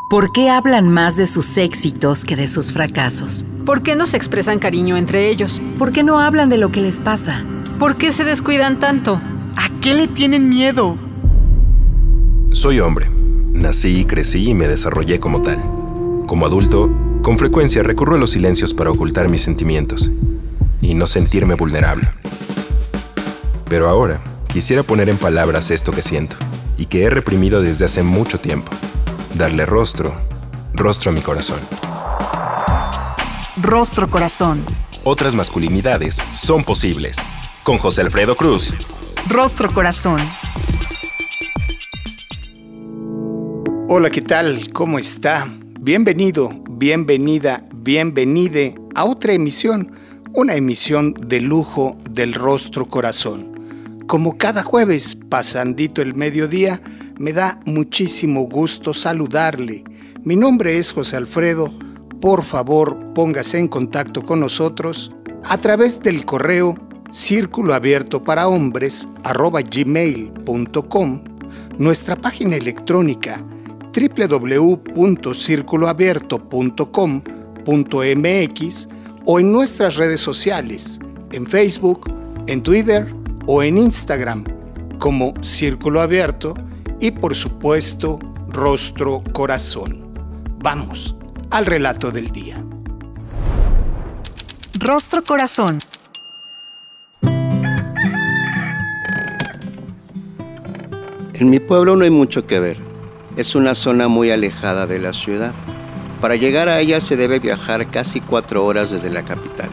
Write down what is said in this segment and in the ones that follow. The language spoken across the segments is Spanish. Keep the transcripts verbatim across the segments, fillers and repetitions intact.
¿Por qué hablan más de sus éxitos que de sus fracasos? ¿Por qué no se expresan cariño entre ellos? ¿Por qué no hablan de lo que les pasa? ¿Por qué se descuidan tanto? ¿A qué le tienen miedo? Soy hombre. Nací, crecí y me desarrollé como tal. Como adulto, con frecuencia recurro a los silencios para ocultar mis sentimientos y no sentirme vulnerable. Pero ahora, quisiera poner en palabras esto que siento y que he reprimido desde hace mucho tiempo. Darle rostro, rostro a mi corazón. Rostro Corazón. Otras masculinidades son posibles. Con José Alfredo Cruz. Rostro Corazón. Hola, ¿qué tal? ¿Cómo está? Bienvenido, bienvenida, bienvenide a otra emisión, una emisión de lujo del Rostro Corazón. Como cada jueves, pasandito el mediodía, me da muchísimo gusto saludarle. Mi nombre es José Alfredo. Por favor, póngase en contacto con nosotros a través del correo círculo abierto para hombres arroba gmail punto com, nuestra página electrónica doble u doble u doble u punto círculo abierto punto com punto m x o en nuestras redes sociales, en Facebook, en Twitter o en Instagram como Círculo Abierto y por supuesto Rostro Corazón. Vamos al relato del día. Rostro Corazón. En mi pueblo no hay mucho que ver. Es una zona muy alejada de la ciudad. Para llegar a ella se debe viajar casi cuatro horas desde la capital.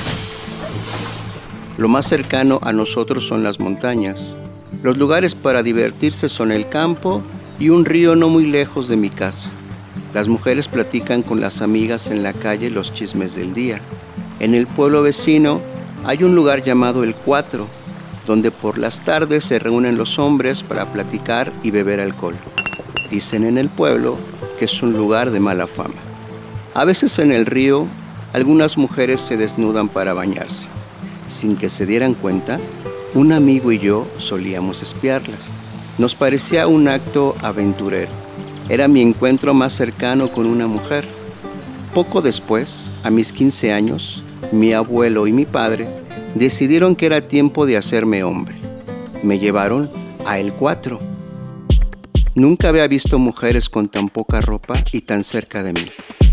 Lo más cercano a nosotros son las montañas. Los lugares para divertirse son el campo y un río no muy lejos de mi casa. Las mujeres platican con las amigas en la calle los chismes del día. En el pueblo vecino hay un lugar llamado El Cuatro, donde por las tardes se reúnen los hombres para platicar y beber alcohol. Dicen en el pueblo que es un lugar de mala fama. A veces en el río, algunas mujeres se desnudan para bañarse. Sin que se dieran cuenta, un amigo y yo solíamos espiarlas. Nos parecía un acto aventurero. Era mi encuentro más cercano con una mujer. Poco después, a mis quince años, mi abuelo y mi padre decidieron que era tiempo de hacerme hombre. Me llevaron a El Cuatro. Nunca había visto mujeres con tan poca ropa y tan cerca de mí.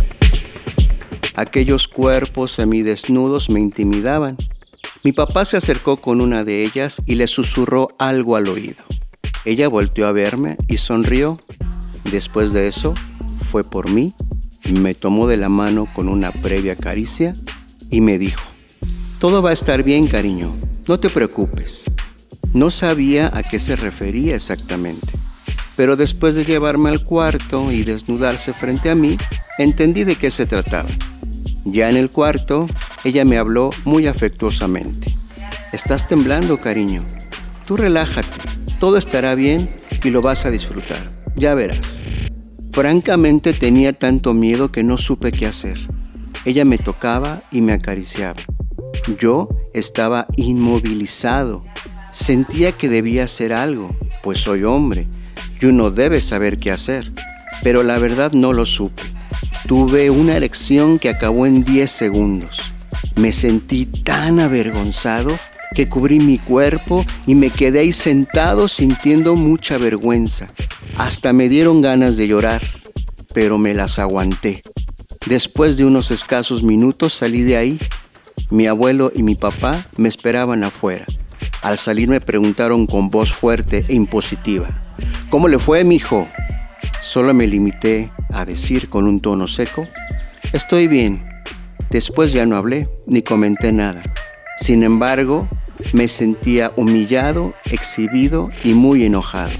Aquellos cuerpos semidesnudos me intimidaban. Mi papá se acercó con una de ellas y le susurró algo al oído. Ella volteó a verme y sonrió. Después de eso, fue por mí, me tomó de la mano con una previa caricia y me dijo: «Todo va a estar bien, cariño, no te preocupes». No sabía a qué se refería exactamente, pero después de llevarme al cuarto y desnudarse frente a mí, entendí de qué se trataba. Ya en el cuarto, ella me habló muy afectuosamente. «Estás temblando, cariño. Tú relájate, todo estará bien y lo vas a disfrutar. Ya verás». Francamente tenía tanto miedo que no supe qué hacer. Ella me tocaba y me acariciaba. Yo estaba inmovilizado. Sentía que debía hacer algo, pues soy hombre y uno debe saber qué hacer. Pero la verdad no lo supe. Tuve una erección que acabó en diez segundos. Me sentí tan avergonzado que cubrí mi cuerpo y me quedé ahí sentado sintiendo mucha vergüenza. Hasta me dieron ganas de llorar, pero me las aguanté. Después de unos escasos minutos salí de ahí. Mi abuelo y mi papá me esperaban afuera. Al salir me preguntaron con voz fuerte e impositiva: «¿Cómo le fue, mijo?». Solo me limité a decir con un tono seco: «Estoy bien». Después ya no hablé ni comenté nada. Sin embargo, me sentía humillado, exhibido y muy enojado.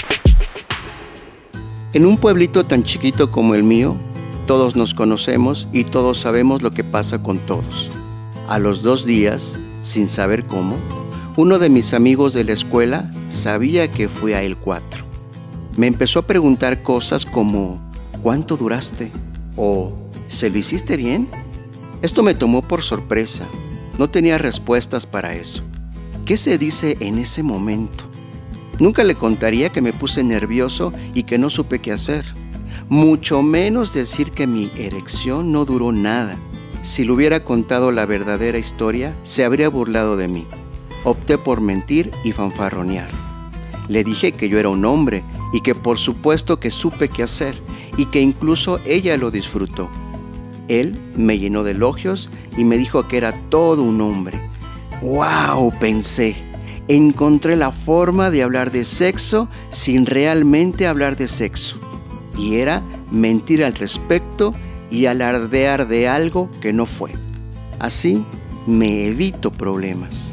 En un pueblito tan chiquito como el mío, todos nos conocemos y todos sabemos lo que pasa con todos. A los dos días, sin saber cómo, uno de mis amigos de la escuela sabía que fui a El Cuatro. Me empezó a preguntar cosas como: ¿cuánto duraste? O ¿se lo hiciste bien? Esto me tomó por sorpresa. No tenía respuestas para eso. ¿Qué se dice en ese momento? Nunca le contaría que me puse nervioso y que no supe qué hacer. mucho menos decir que mi erección no duró nada. Si le hubiera contado la verdadera historia, se habría burlado de mí. Opté por mentir y fanfarronear. Le dije que yo era un hombre y que por supuesto que supe qué hacer y que incluso ella lo disfrutó. Él me llenó de elogios y me dijo que era todo un hombre. ¡Wow!, pensé. Encontré la forma de hablar de sexo sin realmente hablar de sexo. Y era mentir al respecto y alardear de algo que no fue. Así me evito problemas.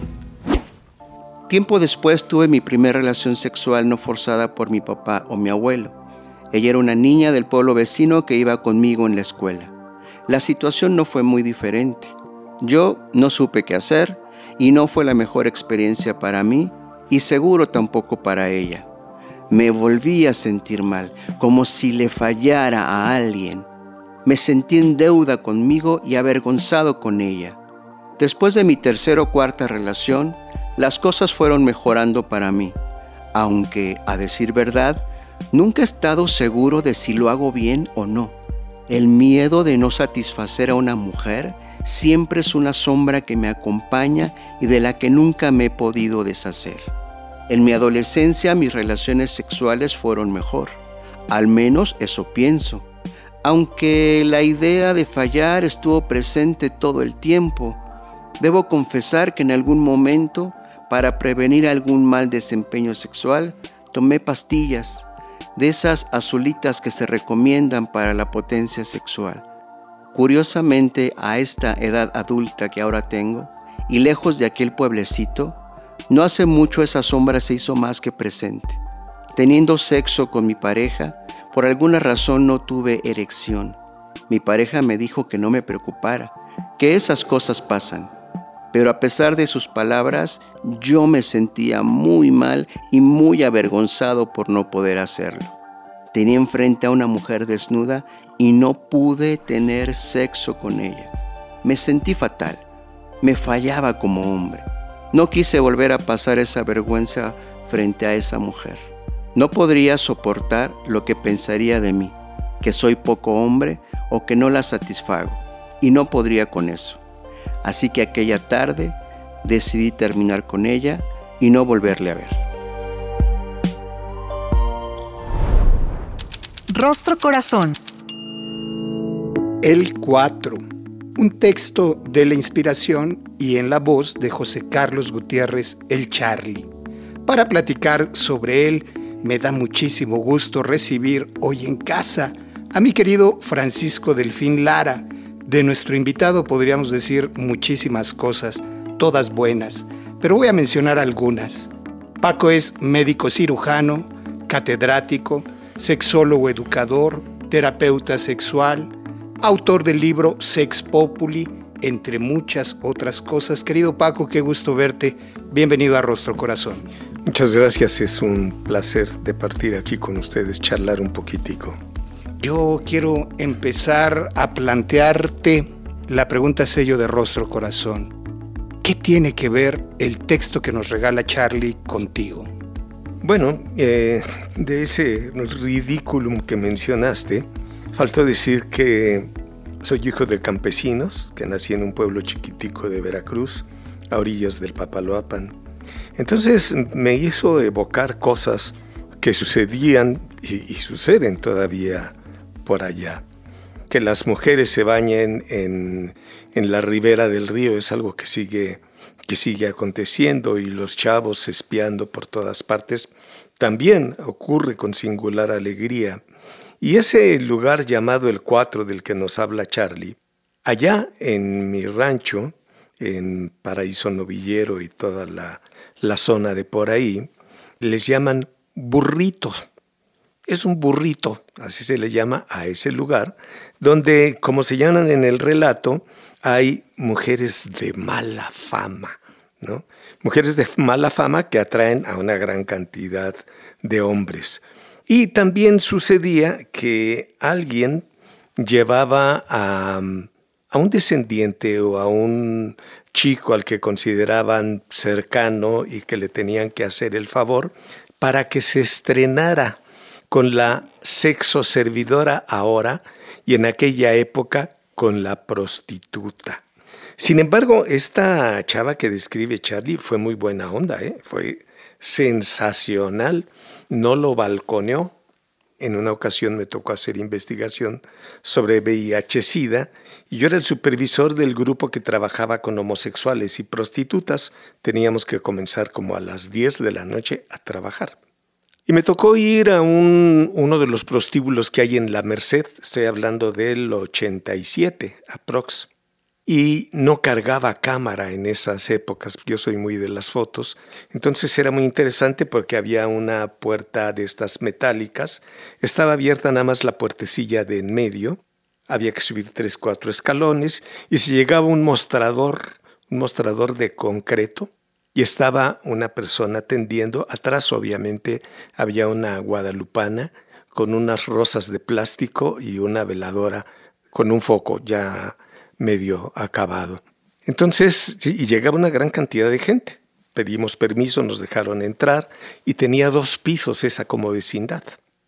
Tiempo después tuve mi primera relación sexual no forzada por mi papá o mi abuelo. Ella era una niña del pueblo vecino que iba conmigo en la escuela. La situación no fue muy diferente. Yo no supe qué hacer y no fue la mejor experiencia para mí y seguro tampoco para ella. Me volví a sentir mal, como si le fallara a alguien. Me sentí en deuda conmigo y avergonzado con ella. Después de mi tercera o cuarta relación, las cosas fueron mejorando para mí, aunque, a decir verdad, nunca he estado seguro de si lo hago bien o no. El miedo de no satisfacer a una mujer siempre es una sombra que me acompaña y de la que nunca me he podido deshacer. En mi adolescencia mis relaciones sexuales fueron mejor, al menos eso pienso, aunque la idea de fallar estuvo presente todo el tiempo. Debo confesar que en algún momento, para prevenir algún mal desempeño sexual, tomé pastillas, de esas azulitas que se recomiendan para la potencia sexual. Curiosamente, a esta edad adulta que ahora tengo, y lejos de aquel pueblecito, no hace mucho esa sombra se hizo más que presente. Teniendo sexo con mi pareja, por alguna razón no tuve erección. Mi pareja me dijo que no me preocupara, que esas cosas pasan. Pero a pesar de sus palabras, yo me sentía muy mal y muy avergonzado por no poder hacerlo. Tenía enfrente a una mujer desnuda y no pude tener sexo con ella. Me sentí fatal. Me fallaba como hombre. No quise volver a pasar esa vergüenza frente a esa mujer. No podría soportar lo que pensaría de mí, que soy poco hombre o que no la satisfago, y no podría con eso. Así que aquella tarde decidí terminar con ella y no volverle a ver. Rostro Corazón. El cuatro. Un texto de la inspiración y en la voz de José Carlos Gutiérrez, el Charlie. Para platicar sobre él, me da muchísimo gusto recibir hoy en casa a mi querido Francisco Delfín Lara. De nuestro invitado podríamos decir muchísimas cosas, todas buenas, pero voy a mencionar algunas. Paco es médico cirujano, catedrático, sexólogo educador, terapeuta sexual, autor del libro Sex Populi, entre muchas otras cosas. Querido Paco, qué gusto verte. Bienvenido a Rostro Corazón. Muchas gracias, es un placer de partir aquí con ustedes, charlar un poquitico. Yo quiero empezar a plantearte la pregunta sello de Rostro Corazón. ¿Qué tiene que ver el texto que nos regala Charlie contigo? Bueno, eh, de ese ridículum que mencionaste, faltó decir que soy hijo de campesinos, que nací en un pueblo chiquitico de Veracruz, a orillas del Papaloapan. Entonces me hizo evocar cosas que sucedían y, y suceden todavía por allá. Que las mujeres se bañen en, en la ribera del río es algo que sigue, que sigue aconteciendo, y los chavos espiando por todas partes también ocurre con singular alegría. Y ese lugar llamado el cuatro del que nos habla Charlie, allá en mi rancho, en Paraíso Novillero y toda la, la zona de por ahí, les llaman burrito. Es un burrito, así se le llama a ese lugar, donde, como se llaman en el relato, hay mujeres de mala fama, ¿no? Mujeres de mala fama que atraen a una gran cantidad de hombres. Y también sucedía que alguien llevaba a, a un descendiente o a un chico al que consideraban cercano y que le tenían que hacer el favor para que se estrenara con la sexoservidora ahora y en aquella época con la prostituta. Sin embargo, esta chava que describe Charlie fue muy buena onda, ¿eh? Fue sensacional, no lo balconeó. En una ocasión me tocó hacer investigación sobre V I H-Sida y yo era el supervisor del grupo que trabajaba con homosexuales y prostitutas. Teníamos que comenzar como a las diez de la noche a trabajar. Y me tocó ir a un, uno de los prostíbulos que hay en La Merced, estoy hablando del ochenta y siete, aprox. Y no cargaba cámara en esas épocas, yo soy muy de las fotos, entonces era muy interesante porque había una puerta de estas metálicas, estaba abierta nada más la puertecilla de en medio, había que subir tres, cuatro escalones y se llegaba un mostrador, un mostrador de concreto y estaba una persona atendiendo, atrás obviamente había una guadalupana con unas rosas de plástico y una veladora con un foco ya medio acabado. Entonces, y llegaba una gran cantidad de gente. Pedimos permiso, nos dejaron entrar y tenía dos pisos esa como vecindad.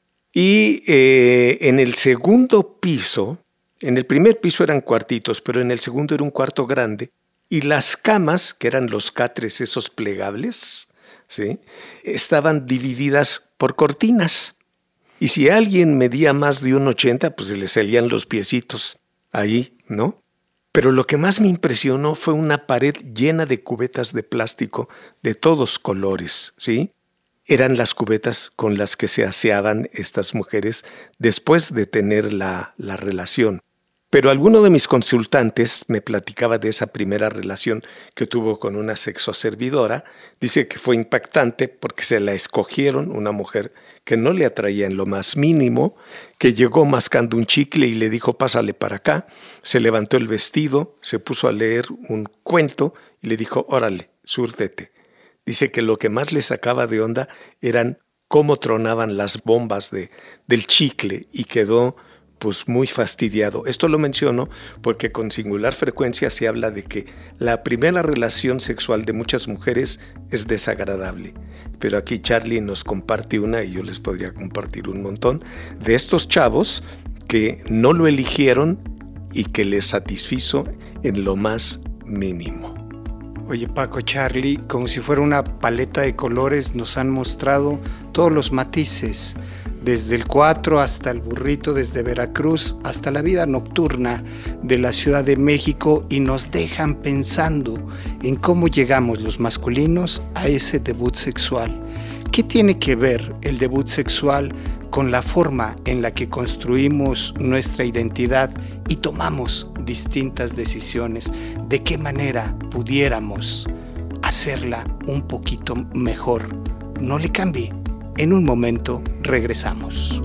Y eh, en el segundo piso, en el primer piso eran cuartitos, pero en el segundo era un cuarto grande y las camas, que eran los catres esos plegables, ¿sí?, estaban divididas por cortinas. Y si alguien medía más de un ochenta, pues se le salían los piecitos ahí, ¿no? Pero lo que más me impresionó fue una pared llena de cubetas de plástico de todos colores, ¿sí? Eran las cubetas con las que se aseaban estas mujeres después de tener la, la relación. Pero alguno de mis consultantes me platicaba de esa primera relación que tuvo con una sexoservidora. Dice que fue impactante porque se la escogieron, una mujer que no le atraía en lo más mínimo, que llegó mascando un chicle y le dijo pásale para acá. Se levantó el vestido, se puso a leer un cuento y le dijo órale, súrtete. Dice que lo que más le sacaba de onda eran cómo tronaban las bombas de, del chicle y quedó pues muy fastidiado. Esto lo menciono porque con singular frecuencia se habla de que la primera relación sexual de muchas mujeres es desagradable. Pero aquí Charlie nos comparte una, y yo les podría compartir un montón, de estos chavos que no lo eligieron y que les satisfizo en lo más mínimo. Oye Paco, Charlie, como si fuera una paleta de colores, nos han mostrado todos los matices, desde el cuatro hasta el burrito, desde Veracruz hasta la vida nocturna de la Ciudad de México, y nos dejan pensando en cómo llegamos los masculinos a ese debut sexual. ¿Qué tiene que ver el debut sexual con la forma en la que construimos nuestra identidad y tomamos distintas decisiones? ¿De qué manera pudiéramos hacerla un poquito mejor? No le cambie. En un momento regresamos.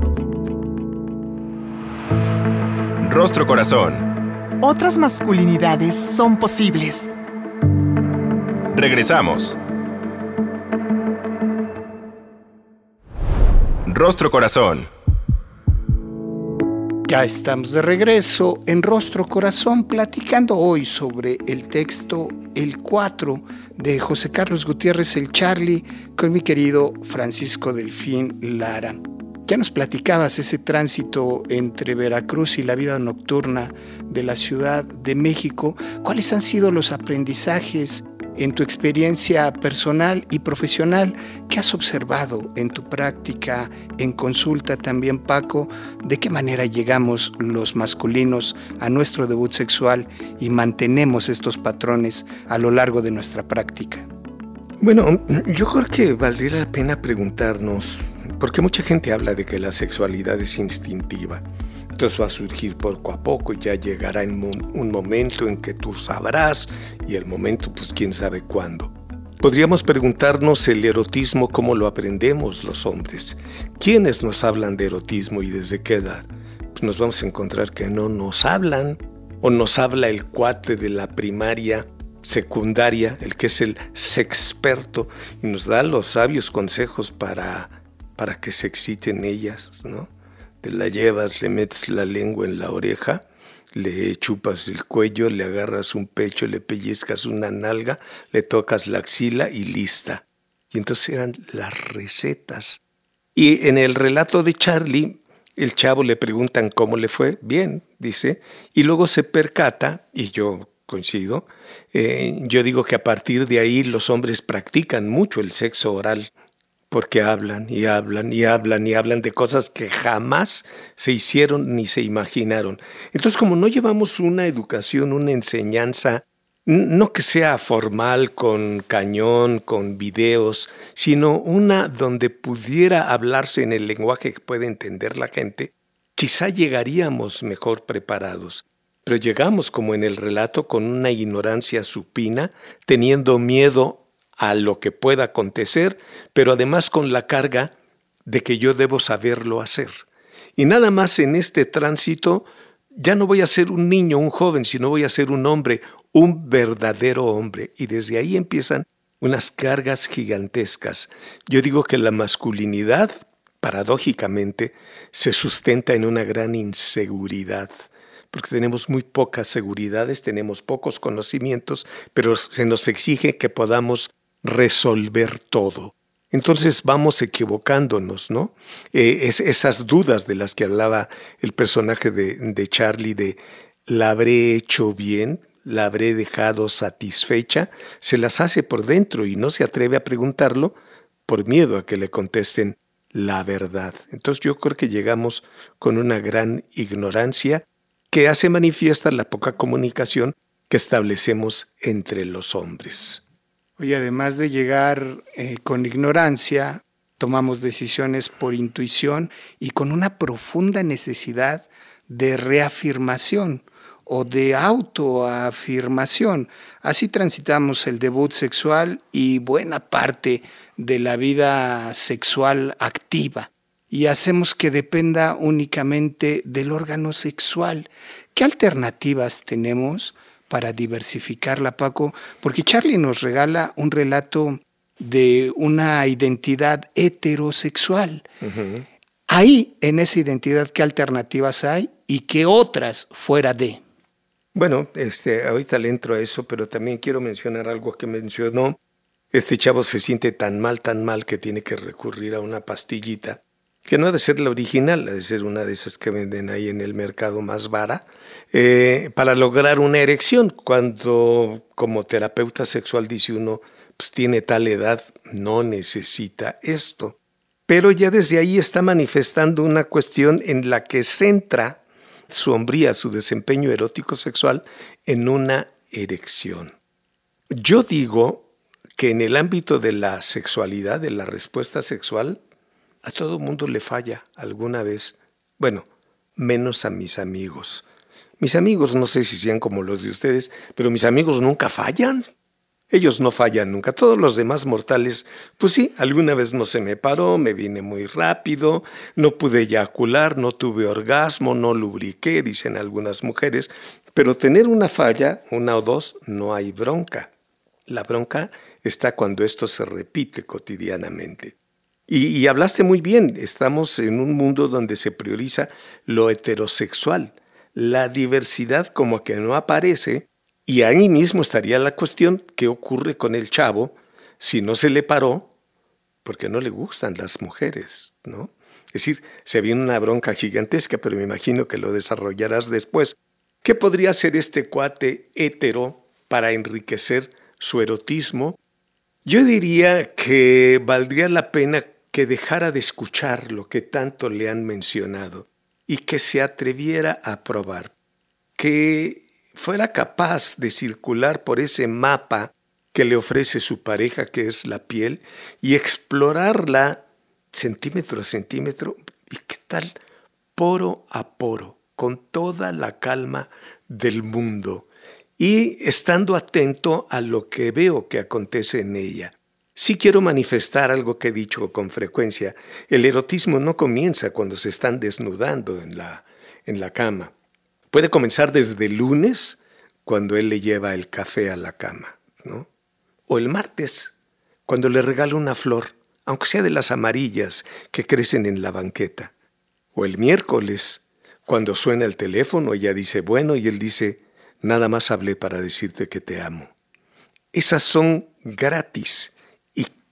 Rostro Corazón. Otras masculinidades son posibles. Regresamos. Rostro Corazón. Ya estamos de regreso en Rostro Corazón, platicando hoy sobre el texto El cuatro de José Carlos Gutiérrez, el Charlie, con mi querido Francisco Delfín Lara. Ya nos platicabas ese tránsito entre Veracruz y la vida nocturna de la Ciudad de México. ¿Cuáles han sido los aprendizajes en tu experiencia personal y profesional? ¿Qué has observado en tu práctica, en consulta también, Paco? ¿De qué manera llegamos los masculinos a nuestro debut sexual y mantenemos estos patrones a lo largo de nuestra práctica? Bueno, yo creo que valdría la pena preguntarnos, porque mucha gente habla de que la sexualidad es instintiva. Entonces va a surgir poco a poco y ya llegará en un momento en que tú sabrás, y el momento pues quién sabe cuándo. Podríamos preguntarnos el erotismo, ¿cómo lo aprendemos los hombres? ¿Quiénes nos hablan de erotismo y desde qué edad? Pues nos vamos a encontrar que no nos hablan, o nos habla el cuate de la primaria, secundaria, el que es el sexperto, y nos da los sabios consejos para, para que se exciten ellas, ¿no? Te la llevas, le metes la lengua en la oreja, le chupas el cuello, le agarras un pecho, le pellizcas una nalga, le tocas la axila y lista. Y entonces eran las recetas. Y en el relato de Charlie, el chavo le preguntan cómo le fue. Bien, dice. Y luego se percata, y yo coincido, eh, yo digo que a partir de ahí los hombres practican mucho el sexo oral, porque hablan y hablan y hablan y hablan de cosas que jamás se hicieron ni se imaginaron. Entonces, como no llevamos una educación, una enseñanza, no que sea formal, con cañón, con videos, sino una donde pudiera hablarse en el lenguaje que puede entender la gente, quizá llegaríamos mejor preparados. Pero llegamos, como en el relato, con una ignorancia supina, teniendo miedo a lo que pueda acontecer, pero además con la carga de que yo debo saberlo hacer. Y nada más en este tránsito, ya no voy a ser un niño, un joven, sino voy a ser un hombre, un verdadero hombre. Y desde ahí empiezan unas cargas gigantescas. Yo digo que la masculinidad, paradójicamente, se sustenta en una gran inseguridad, porque tenemos muy pocas seguridades, tenemos pocos conocimientos, pero se nos exige que podamos resolver todo. Entonces vamos equivocándonos, ¿no? Eh, es, esas dudas de las que hablaba el personaje de, de Charlie, de ¿la habré hecho bien? ¿La habré dejado satisfecha? Se las hace por dentro y no se atreve a preguntarlo por miedo a que le contesten la verdad. Entonces yo creo que llegamos con una gran ignorancia que hace manifiesta la poca comunicación que establecemos entre los hombres. Oye, además de llegar eh, con ignorancia, tomamos decisiones por intuición y con una profunda necesidad de reafirmación o de autoafirmación. Así transitamos el debut sexual y buena parte de la vida sexual activa y hacemos que dependa únicamente del órgano sexual. ¿Qué alternativas tenemos para diversificarla, Paco? Porque Charlie nos regala un relato de una identidad heterosexual. Uh-huh. Ahí, en esa identidad, ¿qué alternativas hay y qué otras fuera de? Bueno, este, ahorita le entro a eso, pero también quiero mencionar algo que mencionó. Este chavo se siente tan mal, tan mal que tiene que recurrir a una pastillita, que no ha de ser la original, ha de ser una de esas que venden ahí en el mercado más vara, eh, para lograr una erección. Cuando como terapeuta sexual dice uno, pues tiene tal edad, no necesita esto. Pero ya desde ahí está manifestando una cuestión en la que centra su hombría, su desempeño erótico sexual en una erección. Yo digo que en el ámbito de la sexualidad, de la respuesta sexual, a todo mundo le falla alguna vez. Bueno, menos a mis amigos. Mis amigos no sé si sean como los de ustedes, pero mis amigos nunca fallan. Ellos no fallan nunca. Todos los demás mortales, pues sí, alguna vez no se me paró, me vine muy rápido, no pude eyacular, no tuve orgasmo, no lubriqué, dicen algunas mujeres. Pero tener una falla, una o dos, no hay bronca. La bronca está cuando esto se repite cotidianamente. Y, y hablaste muy bien, estamos en un mundo donde se prioriza lo heterosexual. La diversidad como que no aparece, y ahí mismo estaría la cuestión, ¿qué ocurre con el chavo si no se le paró? Porque no le gustan las mujeres, ¿no? Es decir, se viene una bronca gigantesca, pero me imagino que lo desarrollarás después. ¿Qué podría hacer este cuate hetero para enriquecer su erotismo? Yo diría que valdría la pena que dejara de escuchar lo que tanto le han mencionado y que se atreviera a probar, que fuera capaz de circular por ese mapa que le ofrece su pareja, que es la piel, y explorarla centímetro a centímetro, y qué tal poro a poro, con toda la calma del mundo, y estando atento a lo que veo que acontece en ella. Sí quiero manifestar algo que he dicho con frecuencia. El erotismo no comienza cuando se están desnudando en la, en la cama. Puede comenzar desde el lunes, cuando él le lleva el café a la cama, ¿no? O el martes, cuando le regala una flor, aunque sea de las amarillas que crecen en la banqueta. O el miércoles, cuando suena el teléfono, ella dice bueno y él dice nada más hablé para decirte que te amo. Esas son gratis.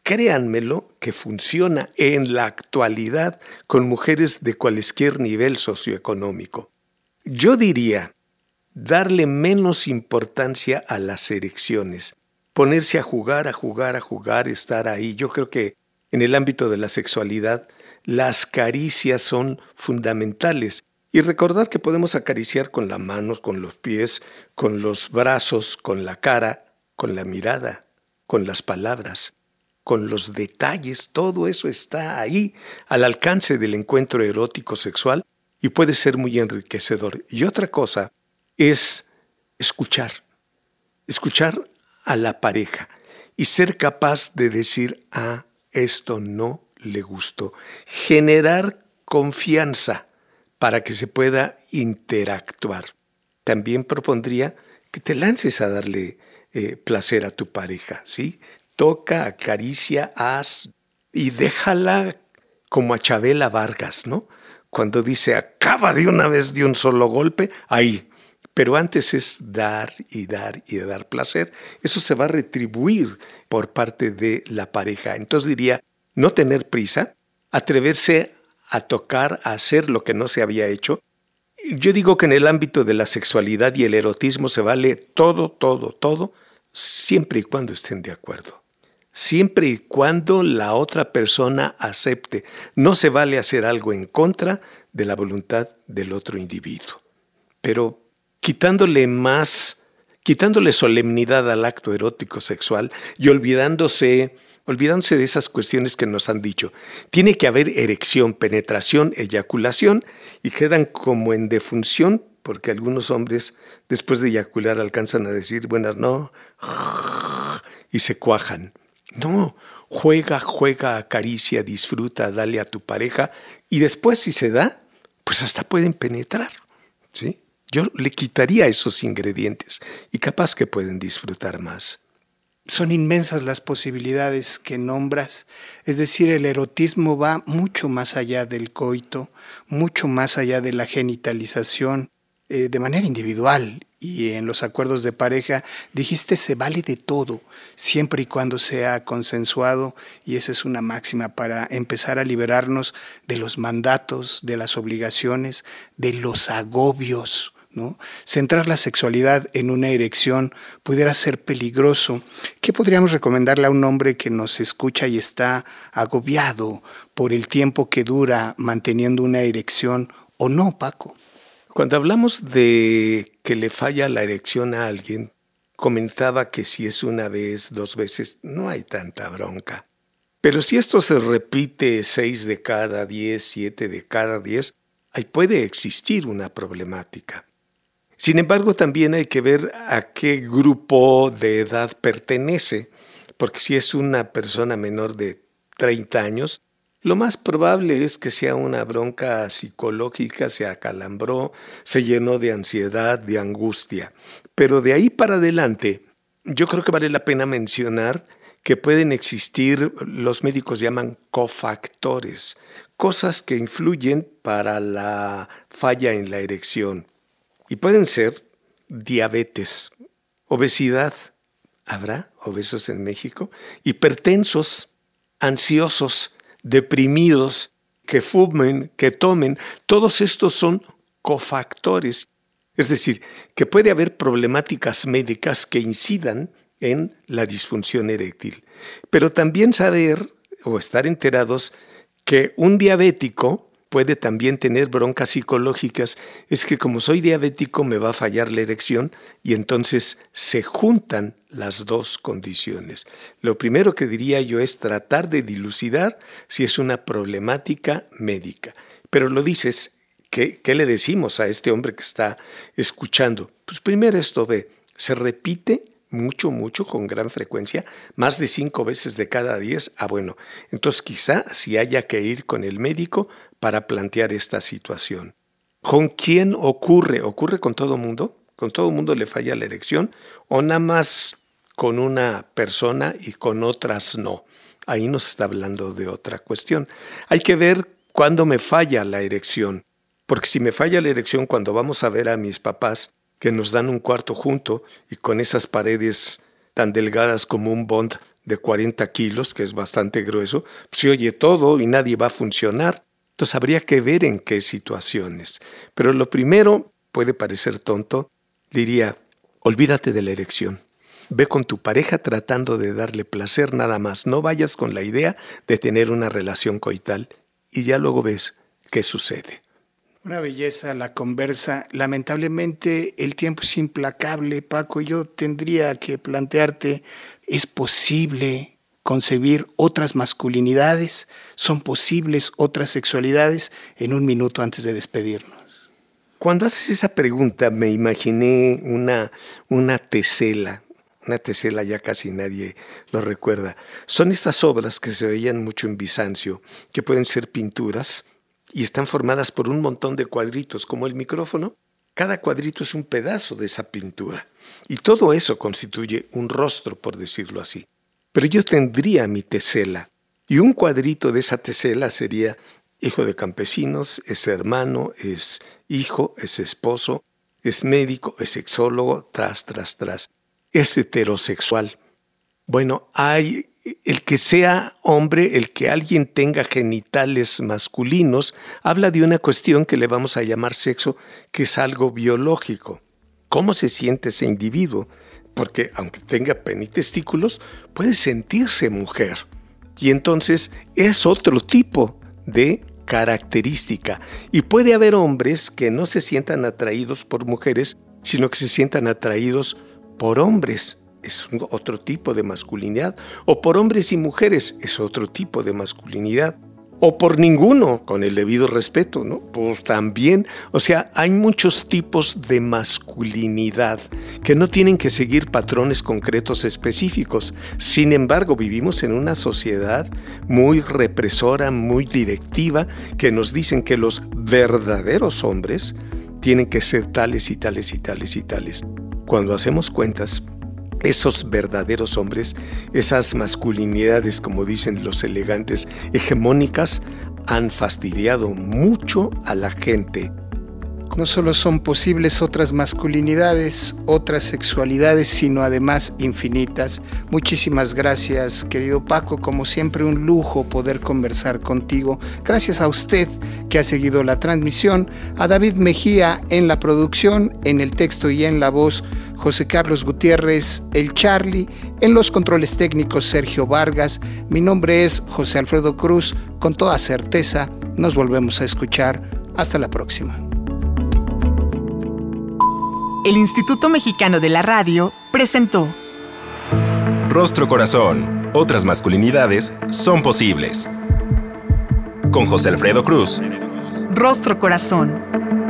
créanmelo, que funciona en la actualidad con mujeres de cualquier nivel socioeconómico. Yo diría darle menos importancia a las erecciones, ponerse a jugar, a jugar, a jugar, estar ahí. Yo creo que en el ámbito de la sexualidad las caricias son fundamentales. Y recordad que podemos acariciar con las manos, con los pies, con los brazos, con la cara, con la mirada, con las palabras, con los detalles. Todo eso está ahí al alcance del encuentro erótico sexual y puede ser muy enriquecedor. Y otra cosa es escuchar, escuchar a la pareja y ser capaz de decir, ah, esto no le gustó. Generar confianza para que se pueda interactuar. También propondría que te lances a darle eh, placer a tu pareja, ¿sí? Toca, acaricia, haz y déjala como a Chabela Vargas, ¿no? Cuando dice, acaba de una vez de un solo golpe, ahí. Pero antes es dar y dar y dar placer. Eso se va a retribuir por parte de la pareja. Entonces diría, no tener prisa, atreverse a tocar, a hacer lo que no se había hecho. Yo digo que en el ámbito de la sexualidad y el erotismo se vale todo, todo, todo, siempre y cuando estén de acuerdo. Siempre y cuando la otra persona acepte. No se vale hacer algo en contra de la voluntad del otro individuo. Pero quitándole más, quitándole solemnidad al acto erótico sexual y olvidándose, olvidándose de esas cuestiones que nos han dicho. Tiene que haber erección, penetración, eyaculación y quedan como en defunción porque algunos hombres después de eyacular alcanzan a decir, bueno, no, y se cuajan. No, juega, juega, acaricia, disfruta, dale a tu pareja y después si se da, pues hasta pueden penetrar, ¿sí? Yo le quitaría esos ingredientes y capaz que pueden disfrutar más. Son inmensas las posibilidades que nombras, es decir, el erotismo va mucho más allá del coito, mucho más allá de la genitalización, eh, de manera individual y en los acuerdos de pareja, dijiste se vale de todo, siempre y cuando sea consensuado y esa es una máxima para empezar a liberarnos de los mandatos, de las obligaciones, de los agobios, ¿no? Centrar la sexualidad en una erección pudiera ser peligroso. ¿Qué podríamos recomendarle a un hombre que nos escucha y está agobiado por el tiempo que dura manteniendo una erección o no, Paco? Cuando hablamos de que le falla la erección a alguien, comentaba que si es una vez, dos veces, no hay tanta bronca. Pero si esto se repite seis de cada diez, siete de cada diez, ahí puede existir una problemática. Sin embargo, también hay que ver a qué grupo de edad pertenece, porque si es una persona menor de treinta años, lo más probable es que sea una bronca psicológica, se acalambró, se llenó de ansiedad, de angustia. Pero de ahí para adelante, yo creo que vale la pena mencionar que pueden existir, los médicos llaman cofactores, cosas que influyen para la falla en la erección. Y pueden ser diabetes, obesidad, ¿habrá obesos en México? Hipertensos, ansiosos, deprimidos, que fumen, que tomen, todos estos son cofactores. Es decir, que puede haber problemáticas médicas que incidan en la disfunción eréctil. Pero también saber o estar enterados que un diabético puede también tener broncas psicológicas, es que como soy diabético me va a fallar la erección y entonces se juntan las dos condiciones. Lo primero que diría yo es tratar de dilucidar si es una problemática médica. Pero lo dices, ¿qué, qué le decimos a este hombre que está escuchando? Pues primero esto ve, se repite mucho, mucho, con gran frecuencia, más de cinco veces de cada diez. Ah, bueno, entonces quizá si haya que ir con el médico para plantear esta situación. ¿Con quién ocurre? ¿Ocurre con todo mundo? ¿Con todo mundo le falla la erección? ¿O nada más con una persona y con otras no? Ahí nos está hablando de otra cuestión. Hay que ver cuándo me falla la erección. Porque si me falla la erección cuando vamos a ver a mis papás, que nos dan un cuarto junto y con esas paredes tan delgadas como un bond de cuarenta kilos, que es bastante grueso, pues se oye todo y nadie va a funcionar. Entonces habría que ver en qué situaciones. Pero lo primero, puede parecer tonto, diría, olvídate de la erección. Ve con tu pareja tratando de darle placer nada más. No vayas con la idea de tener una relación coital y ya luego ves qué sucede. Una belleza la conversa. Lamentablemente el tiempo es implacable, Paco. Yo tendría que plantearte, ¿es posible concebir otras masculinidades? ¿Son posibles otras sexualidades? En un minuto antes de despedirnos. Cuando haces esa pregunta me imaginé una, una tesela. Una tesela ya casi nadie lo recuerda. Son estas obras que se veían mucho en Bizancio, que pueden ser pinturas y están formadas por un montón de cuadritos, como el micrófono. Cada cuadrito es un pedazo de esa pintura. Y todo eso constituye un rostro, por decirlo así. Pero yo tendría mi tesela. Y un cuadrito de esa tesela sería hijo de campesinos, es hermano, es hijo, es esposo, es médico, es sexólogo, tras, tras, tras. Es heterosexual. Bueno, hay el que sea hombre, el que alguien tenga genitales masculinos, habla de una cuestión que le vamos a llamar sexo, que es algo biológico. ¿Cómo se siente ese individuo? Porque aunque tenga pene y testículos, puede sentirse mujer. Y entonces es otro tipo de característica. Y puede haber hombres que no se sientan atraídos por mujeres, sino que se sientan atraídos por hombres, es otro tipo de masculinidad, o por hombres y mujeres, es otro tipo de masculinidad, o por ninguno, con el debido respeto, ¿no? Pues también, o sea, hay muchos tipos de masculinidad que no tienen que seguir patrones concretos específicos. Sin embargo, vivimos en una sociedad muy represora, muy directiva, que nos dicen que los verdaderos hombres tienen que ser tales y tales y tales y tales. Cuando hacemos cuentas, esos verdaderos hombres, esas masculinidades, como dicen los elegantes, hegemónicas, han fastidiado mucho a la gente. No solo son posibles otras masculinidades, otras sexualidades, sino además infinitas. Muchísimas gracias, querido Paco. Como siempre, un lujo poder conversar contigo. Gracias a usted que ha seguido la transmisión, a David Mejía en la producción, en el texto y en la voz, José Carlos Gutiérrez, el Charlie, en los controles técnicos, Sergio Vargas. Mi nombre es José Alfredo Cruz. Con toda certeza, nos volvemos a escuchar. Hasta la próxima. El Instituto Mexicano de la Radio presentó Rostro Corazón. Otras masculinidades son posibles. Con José Alfredo Cruz. Rostro Corazón.